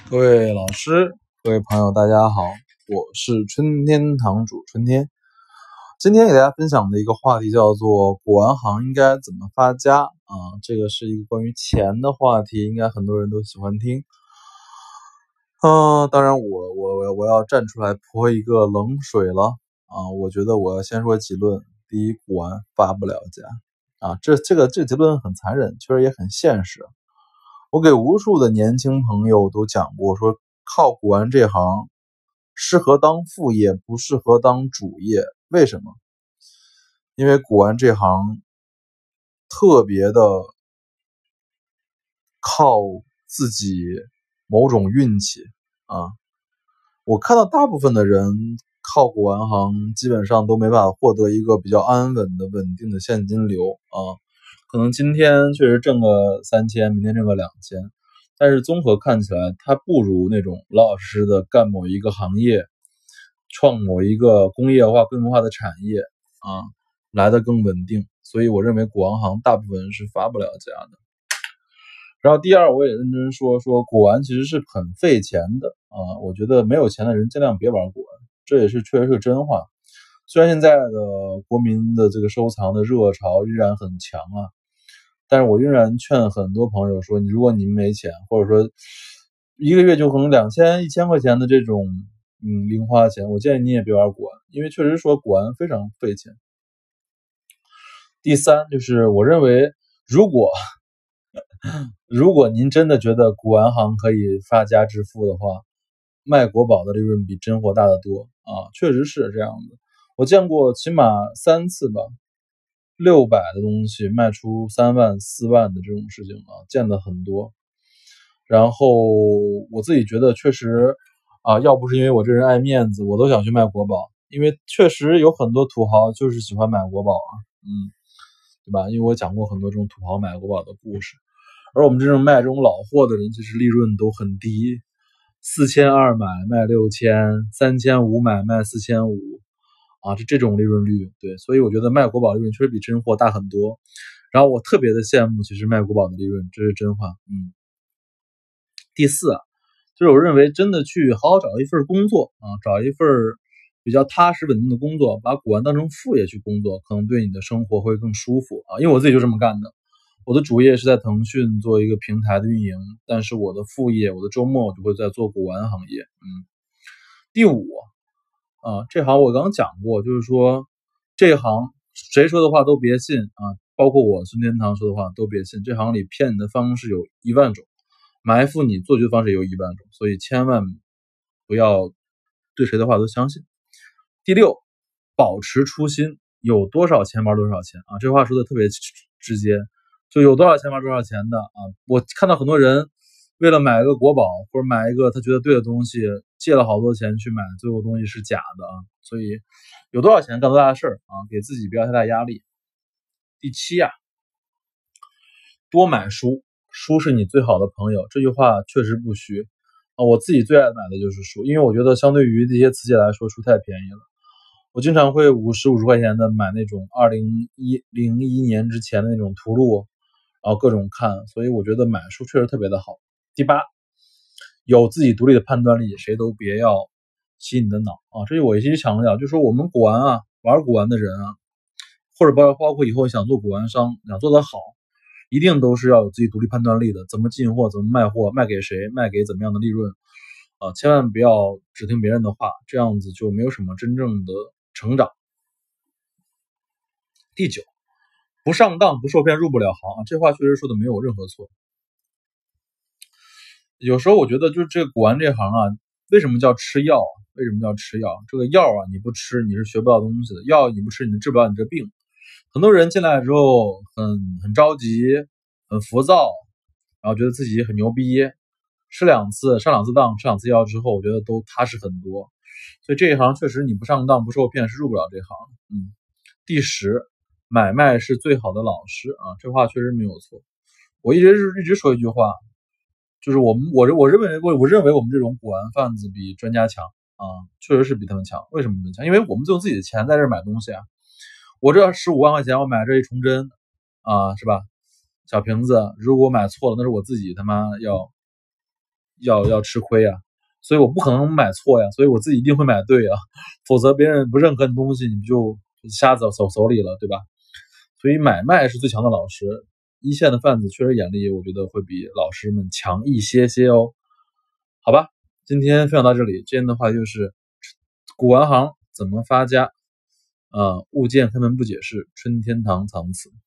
各位老师，各位朋友，大家好，我是春天堂主春天。今天给大家分享的一个话题叫做古玩行应该怎么发家啊？这个是一个关于钱的话题，应该很多人都喜欢听。当然我要站出来泼一个冷水了啊！我觉得我要先说几论。第一，古玩发不了家啊，这结论很残忍，确实也很现实。我给无数的年轻朋友都讲过，说靠古玩这行适合当副业，不适合当主业。为什么？因为古玩这行特别的靠自己某种运气啊。我看到大部分的人靠古玩行基本上都没办法获得一个比较安稳的稳定的现金流啊。可能今天确实挣个3000，明天挣个2000，但是综合看起来，它不如那种老老实实的干某一个行业，创某一个工业化、规模化的产业啊来的更稳定。所以我认为古玩行大部分人是发不了家的。然后第二，我也认真说古玩其实是很费钱的啊。我觉得没有钱的人尽量别玩古玩，这也是确实是真话。虽然现在的国民的这个收藏的热潮依然很强啊，但是我仍然劝很多朋友说，如果你们没钱，或者说一个月就可能2000、1000块钱的这种零花钱，我建议你也别玩古玩，因为确实说古玩非常费钱。第三，就是我认为如果您真的觉得古玩行可以发家致富的话，卖国宝的利润比真货大得多啊，确实是这样的。我见过起码3次吧，600的东西卖出3万、4万的这种事情啊，见得很多。然后我自己觉得确实啊，要不是因为我这人爱面子，我都想去卖国宝，因为确实有很多土豪就是喜欢买国宝啊，对吧？因为我讲过很多这种土豪买国宝的故事。而我们这种卖这种老货的人，其实利润都很低，4200买卖6000，3500买卖4500啊，这种利润率，对，所以我觉得卖国宝利润确实比真货大很多。然后我特别的羡慕，其实卖国宝的利润，这是真话。第四啊，就是我认为真的去好好找一份工作啊，找一份比较踏实稳定的工作，把古玩当成副业去工作，可能对你的生活会更舒服啊。因为我自己就这么干的。我的主业是在腾讯做一个平台的运营，但是我的副业，我的周末就会在做古玩行业。第五啊，这行我刚讲过，就是说这行谁说的话都别信啊，包括我孙天堂说的话都别信。这行里骗你的方式有10000种，埋伏你做局的方式也有10000种，所以千万不要对谁的话都相信。第六，保持初心，有多少钱玩多少钱啊，这话说的特别直接。就有多少钱玩多少钱的啊！我看到很多人为了买一个国宝或者买一个他觉得对的东西，借了好多钱去买，最后东西是假的啊！所以有多少钱干多大的事啊！给自己不要太大压力。第七啊，多买书，书是你最好的朋友，这句话确实不虚啊！我自己最爱买的就是书，因为我觉得相对于这些词界来说，书太便宜了。我经常会50块钱的买那种2001年之前的那种图录。然后各种看，所以我觉得买书确实特别的好。第八，有自己独立的判断力，谁都别要洗你的脑啊！这是我一直强调，就是说我们古玩啊，玩古玩的人啊，或者包括以后想做古玩商，想做得好，一定都是要有自己独立判断力的。怎么进货，怎么卖货，卖给谁，卖给怎么样的利润啊！千万不要只听别人的话，这样子就没有什么真正的成长。第九，不上当不受骗入不了行啊，这话确实说的没有任何错。有时候我觉得就是这个古玩这行啊，为什么叫吃药啊？为什么叫吃药？这个药啊，你不吃你是学不到东西的，药你不吃你治不了你这病。很多人进来之后很着急，很浮躁，然后觉得自己很牛逼，上两次当，吃2次药之后，我觉得都踏实很多。所以这一行确实你不上当不受骗是入不了这行。第10，买卖是最好的老师啊，这话确实没有错。我一直说一句话，就是我认为我们这种古玩贩子比专家强啊，确实是比他们强。为什么比他们强？因为我们就用自己的钱在这买东西啊。我这15万块钱我买这一崇祯啊，是吧？小瓶子，如果我买错了，那是我自己他妈要要吃亏啊，所以我不可能买错呀，所以我自己一定会买对啊，否则别人不认可你东西，你不就瞎走手里了，对吧？所以买卖是最强的老师，一线的贩子确实眼力，我觉得会比老师们强一些些哦。好吧，今天分享到这里，今天的话就是古玩行怎么发家啊？物件开门不解释，春天堂藏词。